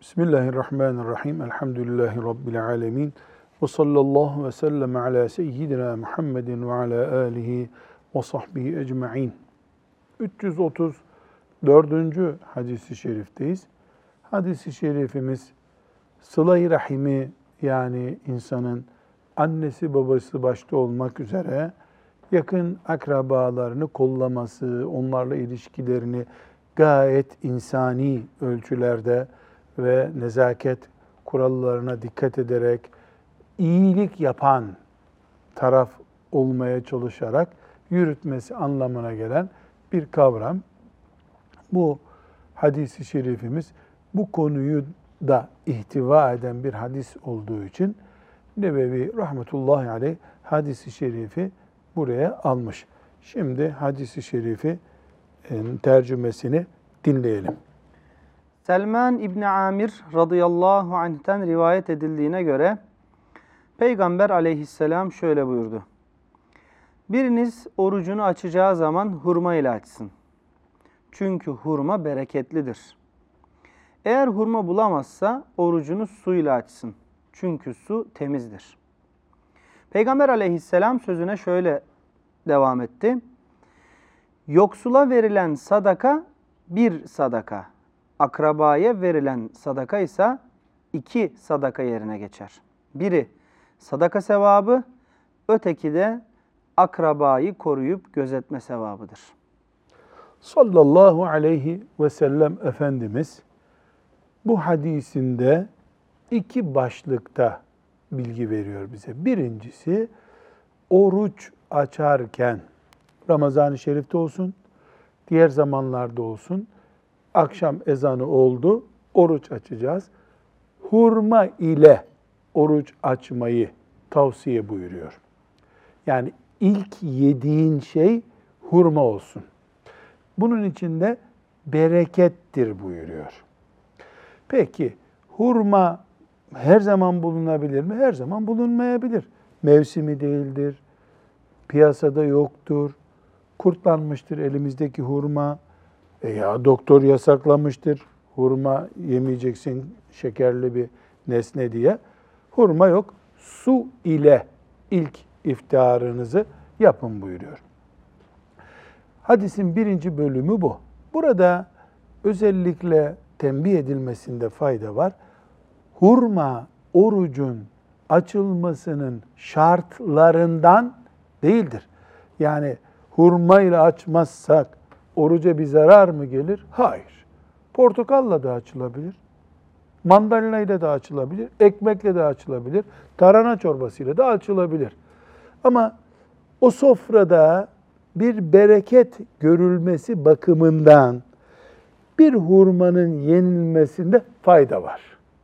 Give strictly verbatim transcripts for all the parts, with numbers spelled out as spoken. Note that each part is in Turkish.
Bismillahirrahmanirrahim. Elhamdülillahi Rabbil alemin. Ve sallallahu ve sellem ala seyyidina Muhammedin ve ala alihi ve sahbihi ecma'in. üç yüz otuz dördüncü hadis-i şerifteyiz. Hadis-i şerifimiz sıla-i rahimi, yani insanın annesi babası başta olmak üzere yakın akrabalarını kollaması, onlarla ilişkilerini gayet insani ölçülerde ve nezaket kurallarına dikkat ederek iyilik yapan taraf olmaya çalışarak yürütmesi anlamına gelen bir kavram. Bu hadis-i şerifimiz bu konuyu da ihtiva eden bir hadis olduğu için Nebevi rahmetullahi aleyh hadis-i şerifi buraya almış. Şimdi hadis-i şerifi tercümesini dinleyelim. Selman İbni Amir radıyallahu anh'ten rivayet edildiğine göre Peygamber aleyhisselam şöyle buyurdu. Biriniz orucunu açacağı zaman hurma ile açsın. Çünkü hurma bereketlidir. Eğer hurma bulamazsa orucunu suyla açsın. Çünkü su temizdir. Peygamber aleyhisselam sözüne şöyle devam etti. Yoksula verilen sadaka bir sadaka. Akrabaya verilen sadaka ise iki sadaka yerine geçer. Biri sadaka sevabı, öteki de akrabayı koruyup gözetme sevabıdır. Sallallahu aleyhi ve sellem Efendimiz bu hadisinde iki başlıkta bilgi veriyor bize. Birincisi, oruç açarken Ramazan-ı Şerif'te olsun, diğer zamanlarda olsun, akşam ezanı oldu, oruç açacağız. Hurma ile oruç açmayı tavsiye buyuruyor. Yani ilk yediğin şey hurma olsun. Bunun içinde berekettir buyuruyor. Peki hurma her zaman bulunabilir mi? Her zaman bulunmayabilir. Mevsimi değildir, piyasada yoktur, kurtlanmıştır elimizdeki hurma. E ya doktor yasaklamıştır, hurma yemeyeceksin, şekerli bir nesne diye. Hurma yok, su ile ilk iftarınızı yapın buyuruyor. Hadisin birinci bölümü bu. Burada özellikle tembih edilmesinde fayda var. Hurma orucun açılmasının şartlarından değildir. Yani hurma ile açmazsak oruca bir zarar mı gelir? Hayır. Portakalla da açılabilir, mandalinayla da açılabilir, ekmekle de açılabilir, tarhana çorbasıyla da açılabilir. Ama o sofrada bir bereket görülmesi bakımından bir hurmanın yenilmesinde fayda var.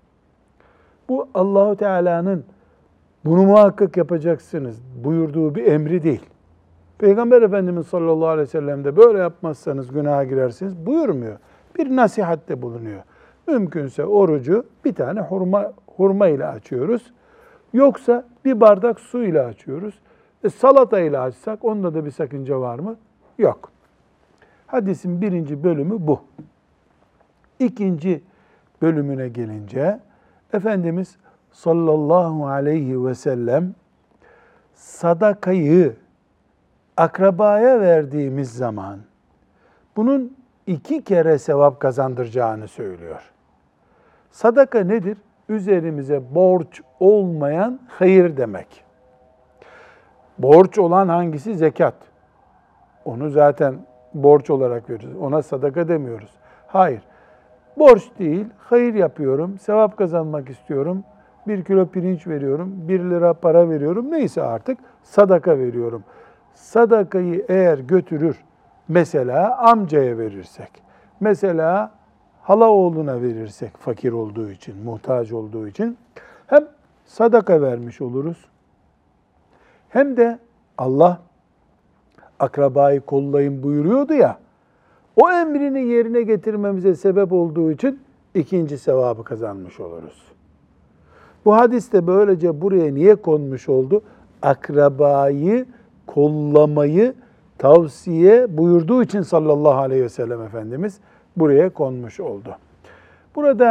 Bu Allah-u Teala'nın bunu muhakkak yapacaksınız buyurduğu bir emri değil. Peygamber Efendimiz sallallahu aleyhi ve sellem de böyle yapmazsanız günaha girersiniz buyurmuyor. Bir nasihatte bulunuyor. Mümkünse orucu bir tane hurma hurma ile açıyoruz. Yoksa bir bardak su ile açıyoruz. E, salata ile açsak onda da bir sakınca var mı? Yok. Hadisin birinci bölümü bu. İkinci bölümüne gelince Efendimiz sallallahu aleyhi ve sellem sadakayı akrabaya verdiğimiz zaman bunun iki kere sevap kazandıracağını söylüyor. Sadaka nedir? Üzerimize borç olmayan hayır demek. Borç olan hangisi? Zekat. Onu zaten borç olarak veriyoruz. Ona sadaka demiyoruz. Hayır. Borç değil, hayır yapıyorum, sevap kazanmak istiyorum. Bir kilo pirinç veriyorum, bir lira para veriyorum. Neyse artık sadaka veriyorum. Sadakayı eğer götürür, mesela amcaya verirsek, mesela hala oğluna verirsek fakir olduğu için, muhtaç olduğu için hem sadaka vermiş oluruz, hem de Allah akrabayı kollayın buyuruyordu ya, o emrini yerine getirmemize sebep olduğu için ikinci sevabı kazanmış oluruz. Bu hadis de böylece buraya niye konmuş oldu? Akrabayı kollamayı tavsiye buyurduğu için sallallahu aleyhi ve sellem Efendimiz buraya konmuş oldu. Burada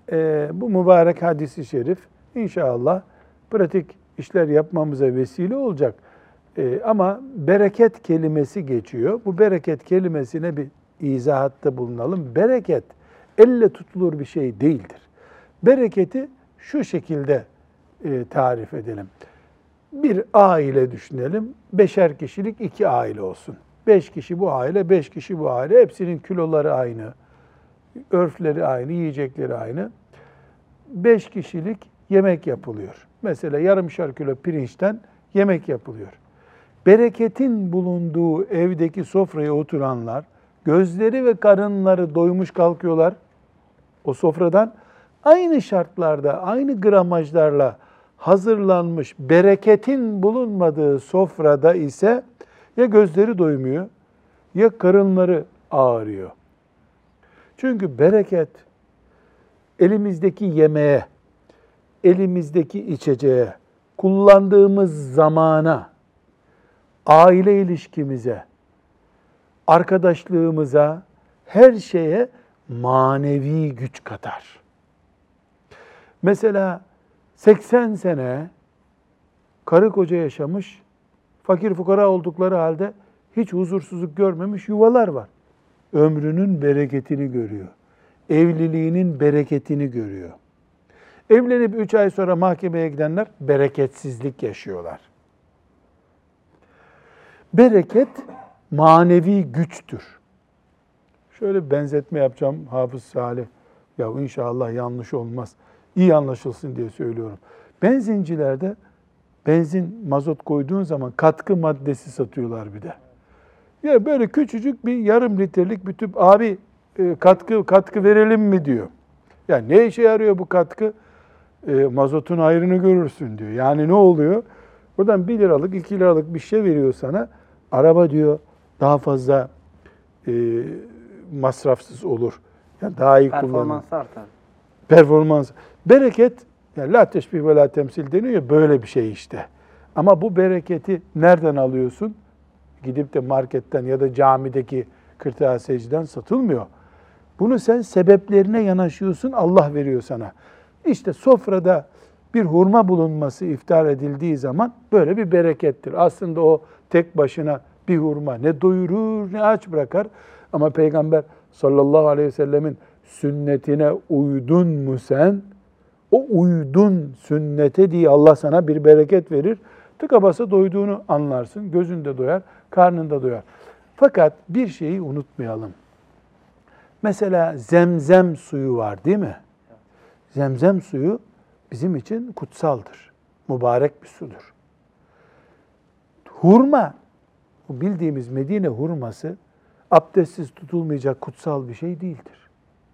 e, bu mübarek hadisi şerif inşallah pratik işler yapmamıza vesile olacak. E, ama bereket kelimesi geçiyor. Bu bereket kelimesine bir izahatta bulunalım. Bereket elle tutulur bir şey değildir. Bereketi şu şekilde e, tarif edelim. Bir aile düşünelim. Beşer kişilik iki aile olsun. Beş kişi bu aile, beş kişi bu aile. Hepsinin kiloları aynı, örfleri aynı, yiyecekleri aynı. Beş kişilik yemek yapılıyor. Mesela yarımşar kilo pirinçten yemek yapılıyor. Bereketin bulunduğu evdeki sofraya oturanlar, gözleri ve karınları doymuş kalkıyorlar o sofradan. Aynı şartlarda, aynı gramajlarla hazırlanmış bereketin bulunmadığı sofrada ise ya gözleri doymuyor ya karınları ağrıyor. Çünkü bereket elimizdeki yemeğe, elimizdeki içeceğe, kullandığımız zamana, aile ilişkimize, arkadaşlığımıza, her şeye manevi güç katar. Mesela seksen sene karı koca yaşamış, fakir fukara oldukları halde hiç huzursuzluk görmemiş yuvalar var. Ömrünün bereketini görüyor. Evliliğinin bereketini görüyor. Evlenip üç ay sonra mahkemeye gidenler bereketsizlik yaşıyorlar. Bereket manevi güçtür. Şöyle bir benzetme yapacağım Hafız Salih. Ya inşallah yanlış olmaz. İyi anlaşılsın diye söylüyorum. Benzincilerde benzin, mazot koyduğun zaman katkı maddesi satıyorlar bir de. Ya böyle küçücük bir yarım litrelik bir tüp, abi katkı katkı verelim mi diyor. Ya ne işe yarıyor bu katkı? E, mazotun hayrını görürsün diyor. Yani ne oluyor? Buradan bir liralık, iki liralık bir şey veriyor sana. Araba diyor daha fazla e, masrafsız olur. Yani daha iyi kullanır. Performans artar. Performans. Bereket, yani la teşbih ve la temsil deniyor ya, böyle bir şey işte. Ama bu bereketi nereden alıyorsun? Gidip de marketten ya da camideki kırtasiyeciden satılmıyor. Bunu sen sebeplerine yanaşıyorsun, Allah veriyor sana. İşte sofrada bir hurma bulunması iftar edildiği zaman böyle bir berekettir. Aslında o tek başına bir hurma ne doyurur ne aç bırakar. Ama Peygamber sallallahu aleyhi ve sellemin sünnetine uydun mu sen? O uydun sünnete diye Allah sana bir bereket verir. Tıka basa doyduğunu anlarsın. Gözünde doyar, karnında doyar. Fakat bir şeyi unutmayalım. Mesela zemzem suyu var değil mi? Zemzem suyu bizim için kutsaldır. Mübarek bir sudur. Hurma, bu bildiğimiz Medine hurması abdestsiz tutulmayacak kutsal bir şey değildir.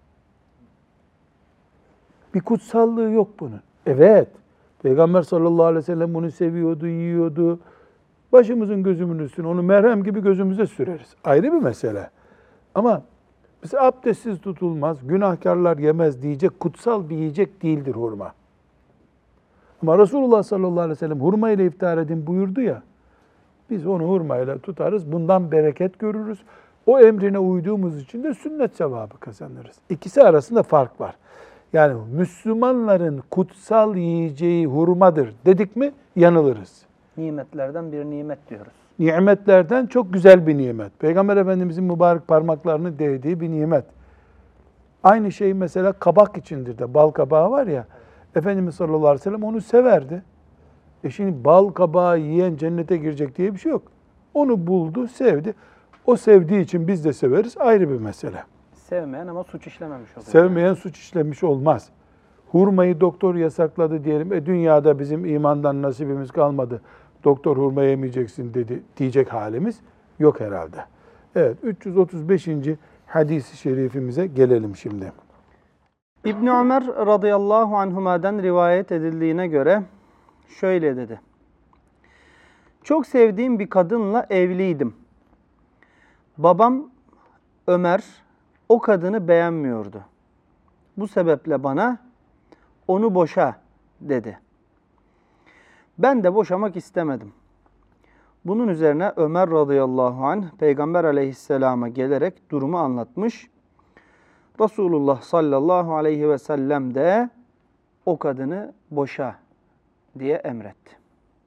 Bir kutsallığı yok bunun. Evet, Peygamber sallallahu aleyhi ve sellem bunu seviyordu, yiyordu. Başımızın gözümün üstüne onu merhem gibi gözümüze süreriz. Ayrı bir mesele. Ama biz abdestsiz tutulmaz, günahkarlar yemez diyecek kutsal bir yiyecek değildir hurma. Ama Resulullah sallallahu aleyhi ve sellem hurma ile iftar edin buyurdu ya, biz onu hurmayla tutarız, bundan bereket görürüz. O emrine uyduğumuz için de sünnet sevabı kazanırız. İkisi arasında fark var. Yani Müslümanların kutsal yiyeceği hurmadır dedik mi yanılırız. Nimetlerden bir nimet diyoruz. Nimetlerden çok güzel bir nimet. Peygamber Efendimizin mübarek parmaklarını değdiği bir nimet. Aynı şey mesela kabak içindir de, bal kabağı var ya, Efendimiz sallallahu aleyhi ve sellem onu severdi. E şimdi bal kabağı yiyen cennete girecek diye bir şey yok. Onu buldu, sevdi. O sevdiği için biz de severiz, ayrı bir mesele. Sevmeyen ama suç işlememiş oluyor. Sevmeyen yani suç işlemiş olmaz. Hurmayı doktor yasakladı diyelim. E dünyada bizim imandan nasibimiz kalmadı. Doktor hurma yemeyeceksin dedi diyecek halimiz yok herhalde. Evet, üç yüz otuz beşinci hadis-i şerifimize gelelim şimdi. İbn Ömer radıyallahu anhuma'dan rivayet edildiğine göre şöyle dedi. Çok sevdiğim bir kadınla evliydim. Babam Ömer o kadını beğenmiyordu. Bu sebeple bana onu boşa dedi. Ben de boşamak istemedim. Bunun üzerine Ömer radıyallahu anh Peygamber aleyhisselama gelerek durumu anlatmış. Resulullah sallallahu aleyhi ve sellem de o kadını boşa diye emretti.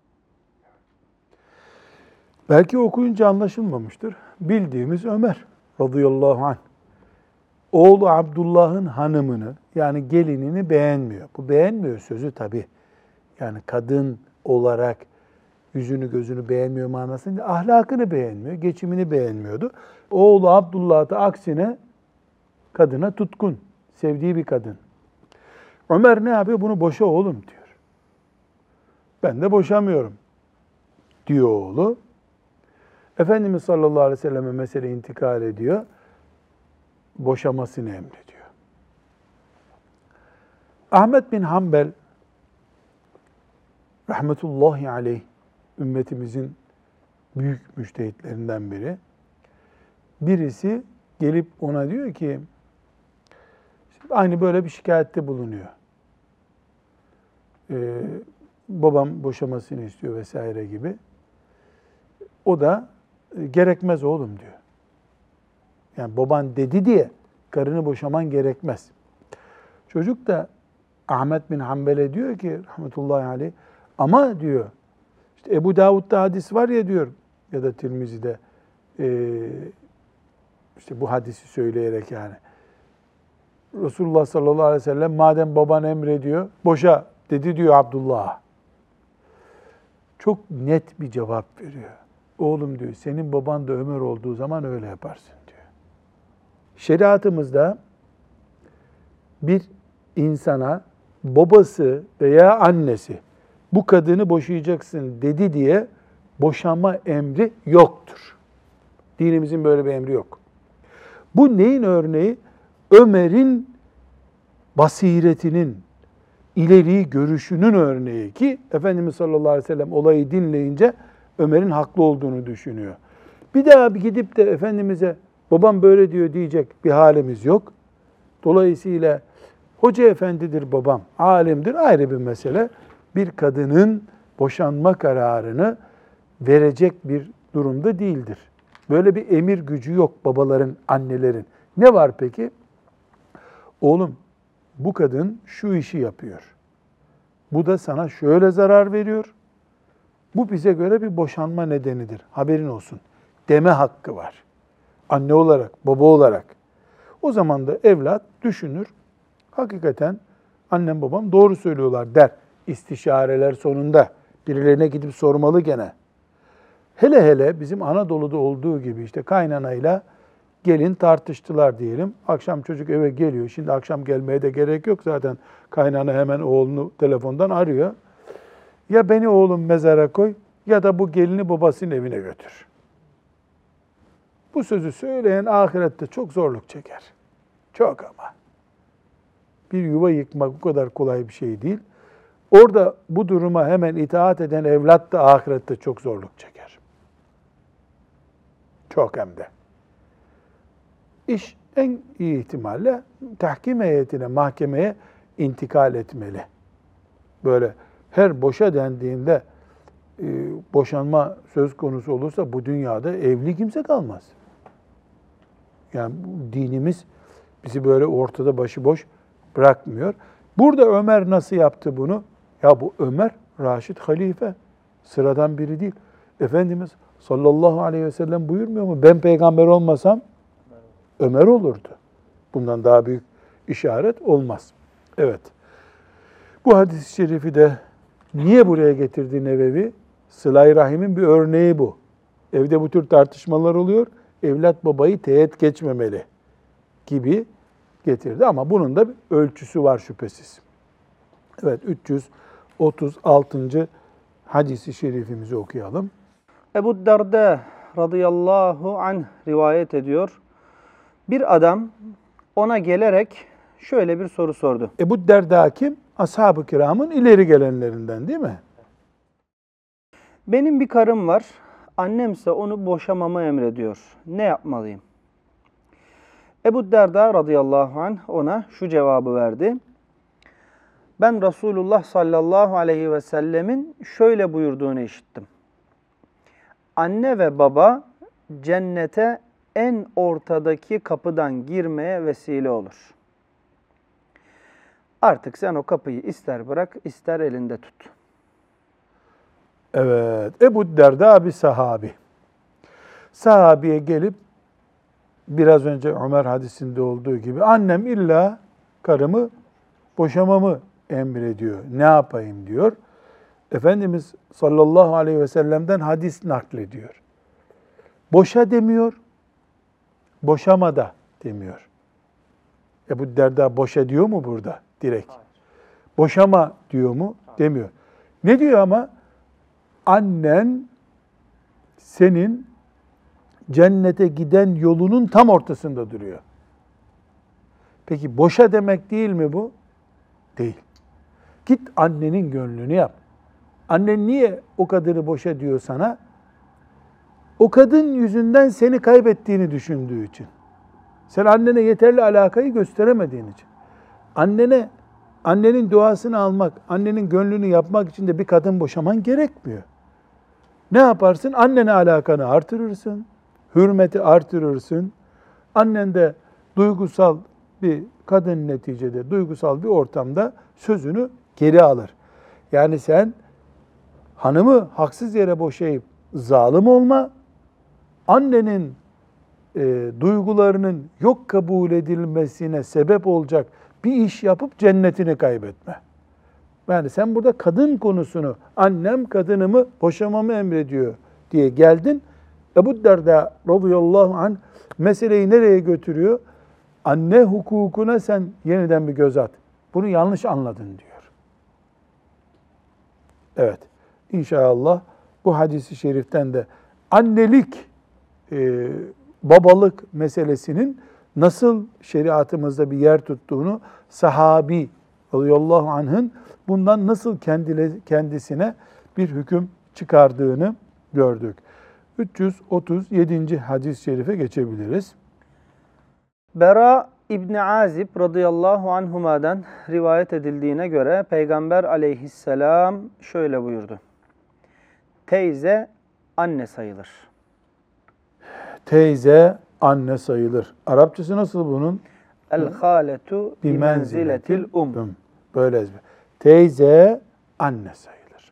Belki okuyunca anlaşılmamıştır. Bildiğimiz Ömer radıyallahu anh. Oğlu Abdullah'ın hanımını yani gelinini beğenmiyor. Bu beğenmiyor sözü tabii. Yani kadın olarak yüzünü gözünü beğenmiyor manasında değil, ahlakını beğenmiyor, geçimini beğenmiyordu. Oğlu Abdullah da aksine kadına tutkun, sevdiği bir kadın. Ömer ne yapıyor? Bunu boşa oğlum diyor. Ben de boşamıyorum diyor oğlu. Efendimiz sallallahu aleyhi ve selleme mesele intikal ediyor. Boşamasını emrediyor. Ahmet bin Hanbel rahmetullahi aleyh ümmetimizin büyük müçtehitlerinden biri. Birisi gelip ona diyor ki aynı böyle bir şikayette bulunuyor. Ee, babam boşamasını istiyor vesaire gibi. O da gerekmez oğlum diyor. Yani baban dedi diye karını boşaman gerekmez. Çocuk da Ahmet bin Hanbel'e diyor ki rahmetullahi aleyh ama diyor işte Ebu Davud'da hadis var ya diyor ya da Tirmizi'de e, işte bu hadisi söyleyerek yani Resulullah sallallahu aleyhi ve sellem madem baban emrediyor boşa dedi diyor Abdullah. Çok net bir cevap veriyor. Oğlum diyor senin baban da Ömer olduğu zaman öyle yaparsın diyor. Şeriatımızda bir insana babası veya annesi bu kadını boşayacaksın dedi diye boşanma emri yoktur. Dinimizin böyle bir emri yok. Bu neyin örneği? Ömer'in basiretinin, ileri görüşünün örneği ki Efendimiz sallallahu aleyhi ve sellem olayı dinleyince Ömer'in haklı olduğunu düşünüyor. Bir daha bir gidip de Efendimiz'e babam böyle diyor diyecek bir halimiz yok. Dolayısıyla hoca efendidir babam, alimdir ayrı bir mesele. Bir kadının boşanma kararını verecek bir durumda değildir. Böyle bir emir gücü yok babaların, annelerin. Ne var peki? Oğlum bu kadın şu işi yapıyor. Bu da sana şöyle zarar veriyor. Bu bize göre bir boşanma nedenidir. Haberin olsun. Deme hakkı var. Anne olarak, baba olarak. O zaman da evlat düşünür. Hakikaten annem babam doğru söylüyorlar der. İstişareler sonunda birilerine gidip sormalı gene. Hele hele bizim Anadolu'da olduğu gibi işte kaynanayla gelin tartıştılar diyelim. Akşam çocuk eve geliyor. Şimdi akşam gelmeye de gerek yok zaten. Kaynana hemen oğlunu telefondan arıyor. Ya beni oğlum mezara koy ya da bu gelini babasının evine götür. Bu sözü söyleyen ahirette çok zorluk çeker. Çok ama. Bir yuva yıkmak bu kadar kolay bir şey değil. Orada bu duruma hemen itaat eden evlat da ahirette çok zorluk çeker. Çok hem de. İş en iyi ihtimalle tahkim heyetine, mahkemeye intikal etmeli. Böyle her boşa dendiğinde e, boşanma söz konusu olursa bu dünyada evli kimse kalmaz. Yani dinimiz bizi böyle ortada başıboş bırakmıyor. Burada Ömer nasıl yaptı bunu? Ya bu Ömer Raşid halife. Sıradan biri değil. Efendimiz sallallahu aleyhi ve sellem buyurmuyor mu? Ben peygamber olmasam Ömer olurdu. Bundan daha büyük işaret olmaz. Evet. Bu hadis-i şerifi de niye buraya getirdi Nevevi? Sıla-i Rahim'in bir örneği bu. Evde bu tür tartışmalar oluyor. Evlat babayı teğet geçmemeli gibi getirdi. Ama bunun da bir ölçüsü var şüphesiz. Evet, üç yüz otuz altıncı hadis-i şerifimizi okuyalım. Ebu Derda radıyallahu anh rivayet ediyor. Bir adam ona gelerek şöyle bir soru sordu. Ebu Derda kim? Ashab-ı kiramın ileri gelenlerinden değil mi? Benim bir karım var. Annemse onu boşamamı emrediyor. Ne yapmalıyım? Ebu Derda radıyallahu anh ona şu cevabı verdi. Ben Resulullah sallallahu aleyhi ve sellemin şöyle buyurduğunu işittim. Anne ve baba cennete en ortadaki kapıdan girmeye vesile olur. Artık sen o kapıyı ister bırak, ister elinde tut. Evet, Ebu Derda bir sahabi. Sahabiye gelip biraz önce Ömer hadisinde olduğu gibi annem illa karımı boşamamı emrediyor. Ne yapayım diyor. Efendimiz sallallahu aleyhi ve sellem'den hadis naklediyor. Boşa demiyor, boşama da demiyor. Ebu Derda boşa diyor mu burada direkt? Hayır. Boşama diyor mu? Hayır. Demiyor. Ne diyor ama? Annen senin cennete giden yolunun tam ortasında duruyor. Peki boşa demek değil mi bu? Değil. Git annenin gönlünü yap. Annen niye o kadını boşa diyor sana? O kadın yüzünden seni kaybettiğini düşündüğü için. Sen annene yeterli alakayı gösteremediğin için. Annene, annenin duasını almak, annenin gönlünü yapmak için de bir kadın boşaman gerekmiyor. Ne yaparsın? Annene alakanı artırırsın, hürmeti artırırsın. Annen de duygusal bir kadın neticede, duygusal bir ortamda sözünü geri alır. Yani sen hanımı haksız yere boşayıp zalim olma, annenin e, duygularının yok kabul edilmesine sebep olacak bir iş yapıp cennetini kaybetme. Yani sen burada kadın konusunu, annem kadınımı boşamamı emrediyor diye geldin. Ebu Derda radıyallahu anh meseleyi nereye götürüyor? Anne hukukuna sen yeniden bir göz at. Bunu yanlış anladın diyor. Evet, inşallah bu hadisi şeriften de annelik, e, babalık meselesinin nasıl şeriatımızda bir yer tuttuğunu, sahabi radıyallahu anh'ın bundan nasıl kendisine bir hüküm çıkardığını gördük. üç yüz otuz yedinci hadis-i şerife geçebiliriz. Bera İbni Azib radıyallahu anhuma'dan rivayet edildiğine göre Peygamber aleyhisselam şöyle buyurdu. Teyze anne sayılır. Teyze anne sayılır. Arapçası nasıl bunun? El-hâletu bimenziletil um. Böyle ezber. Teyze anne sayılır.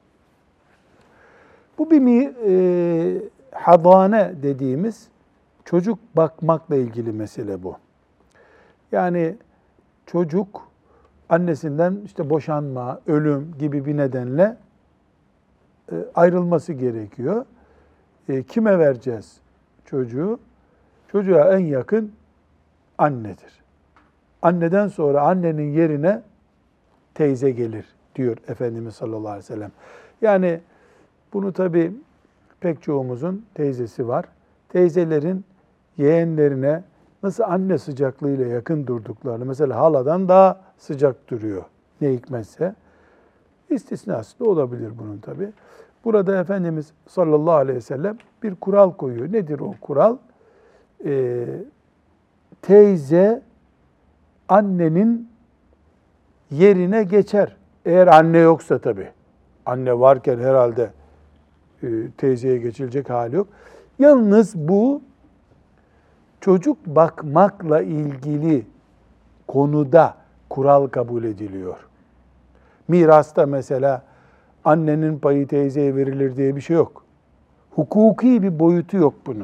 Bu bir e, hadane dediğimiz çocuk bakmakla ilgili mesele bu. Yani çocuk annesinden işte boşanma, ölüm gibi bir nedenle e, ayrılması gerekiyor. E, kime vereceğiz çocuğu? Çocuğa en yakın annedir. Anneden sonra annenin yerine teyze gelir diyor Efendimiz sallallahu aleyhi ve sellem. Yani bunu tabii pek çoğumuzun teyzesi var. Teyzelerin yeğenlerine nasıl anne sıcaklığıyla yakın durduklarını, mesela haladan daha sıcak duruyor ne hikmetse. İstisnası da olabilir bunun tabii. Burada Efendimiz sallallahu aleyhi ve sellem bir kural koyuyor. Nedir o kural? Ee, teyze annenin yerine geçer. Eğer anne yoksa tabii. Anne varken herhalde e, teyzeye geçilecek hali yok. Yalnız bu çocuk bakmakla ilgili konuda kural kabul ediliyor. Mirasta mesela annenin payı teyzeye verilir diye bir şey yok. Hukuki bir boyutu yok bunun.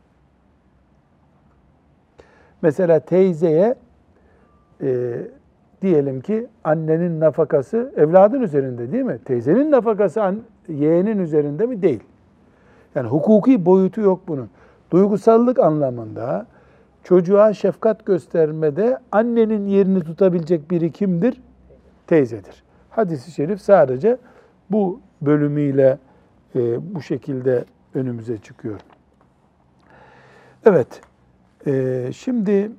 Mesela teyzeye e, diyelim ki annenin nafakası evladın üzerinde değil mi? Teyzenin nafakası an, yeğenin üzerinde mi? Değil. Yani hukuki boyutu yok bunun. Duygusallık anlamında çocuğa şefkat göstermede annenin yerini tutabilecek biri kimdir? Teyzedir. Hadis-i şerif sadece bu bölümüyle e, bu şekilde önümüze çıkıyor. Evet, e, şimdi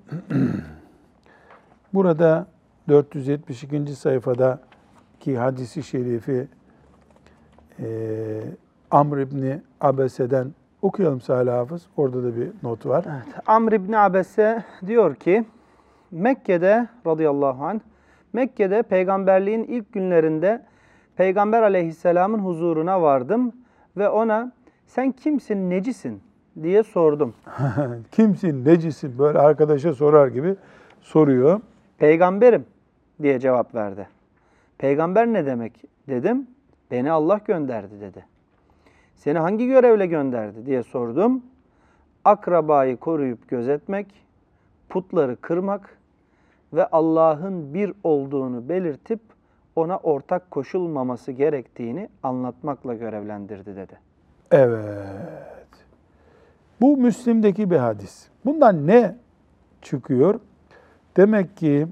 burada dört yüz yetmiş ikinci sayfadaki hadis-i şerifi e, Amr İbni Abese'den okuyalım Salih Hafız. Orada da bir not var. Evet, Amr İbni Abese diyor ki, Mekke'de radıyallahu anh, Mekke'de peygamberliğin ilk günlerinde Peygamber aleyhisselamın huzuruna vardım ve ona sen kimsin, necisin diye sordum. Kimsin, necisin? Böyle arkadaşa sorar gibi soruyor. Peygamberim diye cevap verdi. Peygamber ne demek dedim. Beni Allah gönderdi dedi. Seni hangi görevle gönderdi diye sordum. Akrabayı koruyup gözetmek, putları kırmak ve Allah'ın bir olduğunu belirtip ona ortak koşulmaması gerektiğini anlatmakla görevlendirdi dedi. Evet. Bu Müslim'deki bir hadis. Bundan ne çıkıyor? Demek ki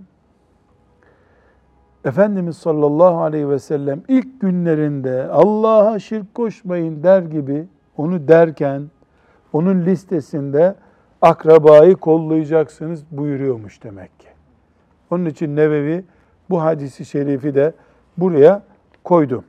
Efendimiz sallallahu aleyhi ve sellem ilk günlerinde Allah'a şirk koşmayın der gibi onu derken onun listesinde akrabayı kollayacaksınız buyuruyormuş demek ki. Onun için Nevevi bu hadisi şerifi de buraya koydu.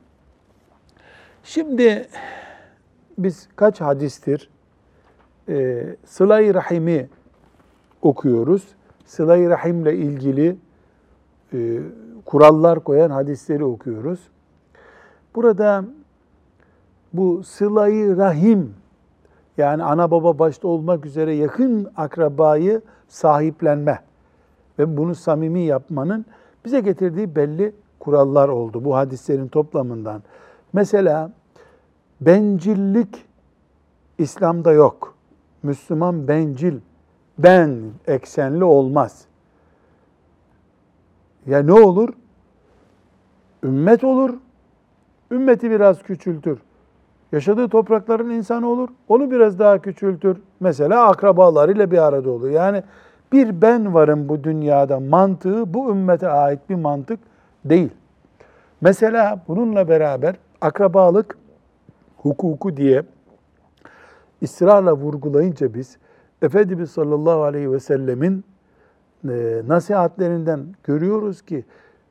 Şimdi biz kaç hadistir e, Sıla-i Rahim'i okuyoruz. Sıla-i Rahim'le ilgili e, kurallar koyan hadisleri okuyoruz. Burada bu Sıla-i Rahim, yani ana baba başta olmak üzere yakın akrabayı sahiplenme ve bunu samimi yapmanın bize getirdiği belli kurallar oldu bu hadislerin toplamından. Mesela bencillik İslam'da yok. Müslüman bencil, ben eksenli olmaz. Ya ne olur? Ümmet olur, ümmeti biraz küçültür. Yaşadığı toprakların insanı olur, onu biraz daha küçültür. Mesela akrabalarıyla bir arada olur. Yani bir ben varım bu dünyada mantığı bu ümmete ait bir mantık değil. Mesela bununla beraber akrabalık hukuku diye ısrarla vurgulayınca biz Efendimiz sallallahu aleyhi ve sellemin e, nasihatlerinden görüyoruz ki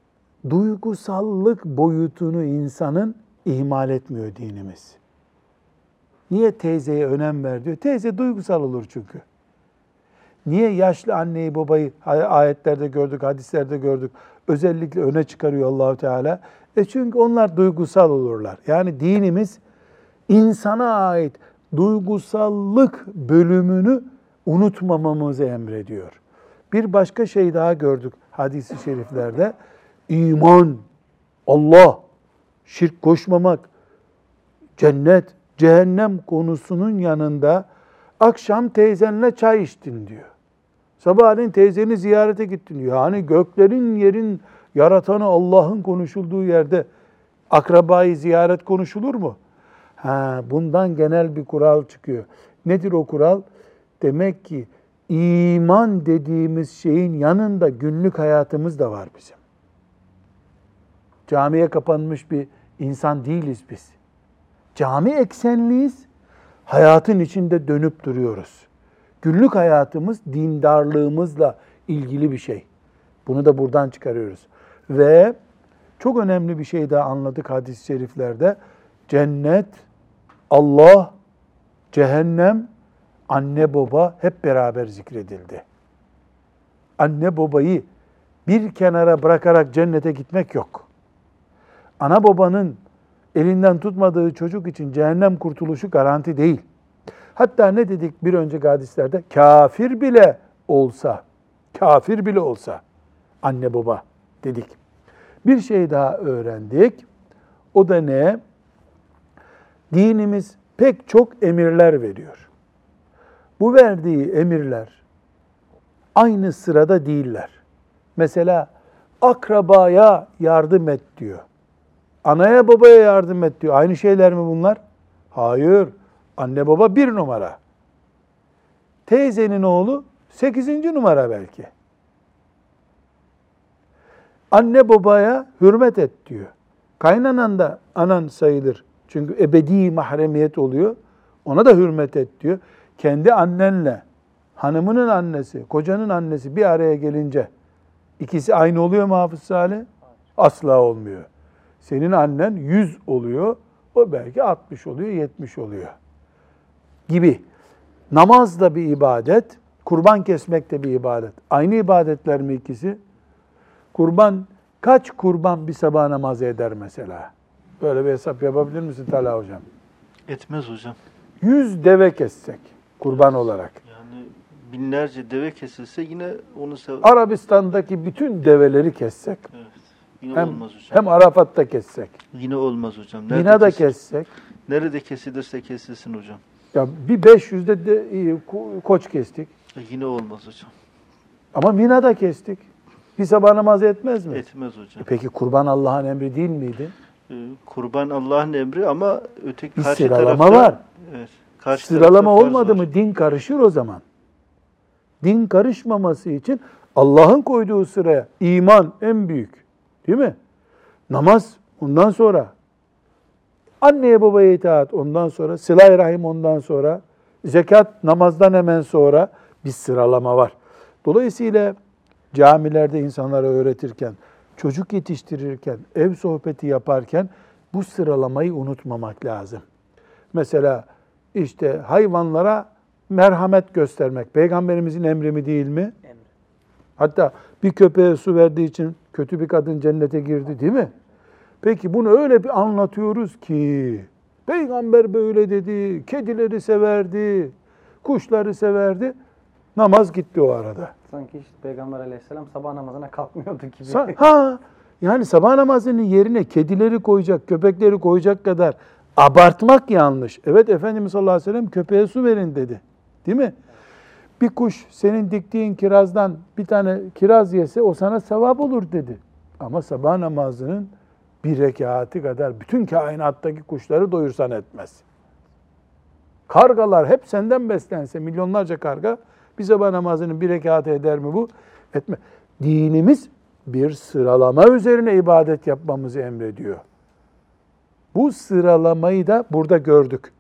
duygusallık boyutunu insanın ihmal etmiyor dinimiz. Niye teyzeye önem ver diyor? Teyze duygusal olur çünkü. Niye yaşlı anneyi babayı ayetlerde gördük, hadislerde gördük, özellikle öne çıkarıyor Allahu Teala? E çünkü onlar duygusal olurlar. Yani dinimiz insana ait duygusallık bölümünü unutmamamızı emrediyor. Bir başka şey daha gördük hadis-i şeriflerde. İman, Allah, şirk koşmamak, cennet, cehennem konusunun yanında akşam teyzenle çay içtin diyor. Sabahleyin teyzeni ziyarete gittin diyor. Hani göklerin yerin yaratanı Allah'ın konuşulduğu yerde akrabayı ziyaret konuşulur mu? Ha, bundan genel bir kural çıkıyor. Nedir o kural? Demek ki iman dediğimiz şeyin yanında günlük hayatımız da var bizim. Camiye kapanmış bir insan değiliz biz. Cami eksenliyiz, hayatın içinde dönüp duruyoruz. Günlük hayatımız dindarlığımızla ilgili bir şey. Bunu da buradan çıkarıyoruz. Ve çok önemli bir şey daha anladık hadis-i şeriflerde. Cennet, Allah, cehennem, anne baba hep beraber zikredildi. Anne babayı bir kenara bırakarak cennete gitmek yok. Ana babanın elinden tutmadığı çocuk için cehennem kurtuluşu garanti değil. Hatta ne dedik bir önceki hadislerde? Kafir bile olsa, kafir bile olsa anne baba dedik. Bir şey daha öğrendik. O da ne? Dinimiz pek çok emirler veriyor. Bu verdiği emirler aynı sırada değiller. Mesela akrabaya yardım et diyor. Anaya babaya yardım et diyor. Aynı şeyler mi bunlar? Hayır. Anne baba bir numara. Teyzenin oğlu sekizinci numara belki. Anne babaya hürmet et diyor. Kaynanan da anan sayılır. Çünkü ebedi mahremiyet oluyor. Ona da hürmet et diyor. Kendi annenle hanımının annesi, kocanın annesi bir araya gelince ikisi aynı oluyor mu Hafız Salih? Asla olmuyor. Senin annen yüz oluyor, o belki altmış oluyor, yetmiş oluyor gibi. Namaz da bir ibadet, kurban kesmek de bir ibadet. Aynı ibadetler mi ikisi? Kurban, kaç kurban bir sabah namazı eder mesela? Böyle bir hesap yapabilir misin Talha Hocam? Etmez hocam. Yüz deve kessek, kurban olarak. Yani binlerce deve kesilse yine onu sev... Arabistan'daki bütün develeri kessek, Evet. Yine hem, olmaz hocam. hem Arafat'ta kessek, Yine olmaz hocam. Mina'da kesil- kessek, Nerede kesilirse kesilsin hocam. ya bir beş yüzde de iyi, ko- koç kestik. E, Yine olmaz hocam. Ama Mina'da kestik. Bir sabah namazı etmez mi? Etmez hocam. E Peki kurban Allah'ın emri değil miydi? Ee, Kurban Allah'ın emri ama öteki Bir karşı sıralama tarafta... var. Evet. Karşı Sıralama tarafta farz olmadı var. mı din karışır o zaman. Din karışmaması için Allah'ın koyduğu sıraya iman en büyük. Değil mi? Namaz ondan sonra. Anneye babaya itaat ondan sonra. Sıla-i rahim ondan sonra. Zekat namazdan hemen sonra bir sıralama var. Dolayısıyla camilerde insanlara öğretirken, çocuk yetiştirirken, ev sohbeti yaparken bu sıralamayı unutmamak lazım. Mesela işte hayvanlara merhamet göstermek Peygamberimizin emri mi değil mi? Emri. Hatta bir köpeğe su verdiği için kötü bir kadın cennete girdi değil mi? Peki bunu öyle bir anlatıyoruz ki Peygamber böyle dedi, kedileri severdi, kuşları severdi. Namaz gitti o arada. Sanki işte Peygamber aleyhisselam sabah namazına kalkmıyordu gibi. Sa- ha yani sabah namazının yerine kedileri koyacak, köpekleri koyacak kadar abartmak yanlış. Evet Efendimiz sallallahu aleyhi ve sellem köpeğe su verin dedi. Değil mi? Bir kuş senin diktiğin kirazdan bir tane kiraz yese o sana sevap olur dedi. Ama sabah namazının bir rekatı kadar bütün kainattaki kuşları doyursan etmez. Kargalar hep senden beslense milyonlarca karga bir sabah namazının bir rekatı eder mi bu? Etme. Dinimiz bir sıralama üzerine ibadet yapmamızı emrediyor. Bu sıralamayı da burada gördük.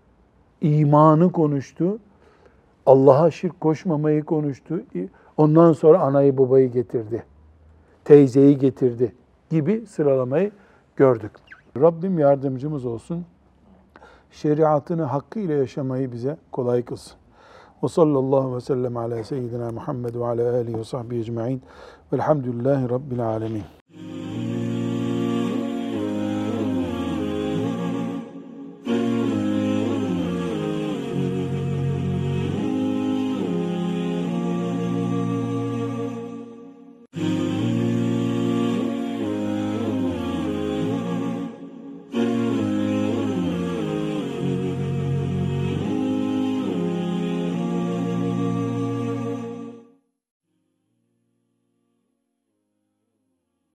İmanı konuştu. Allah'a şirk koşmamayı konuştu. Ondan sonra anayı babayı getirdi. Teyzeyi getirdi gibi sıralamayı gördük. Rabbim yardımcımız olsun. Şeriatını hakkıyla yaşamayı bize kolay kılsın. Ve sallallahu ve sellem ala seyyidina Muhammed ve ala alihi ve sahbihi ecma'in. Velhamdülillahi Rabbil alemin.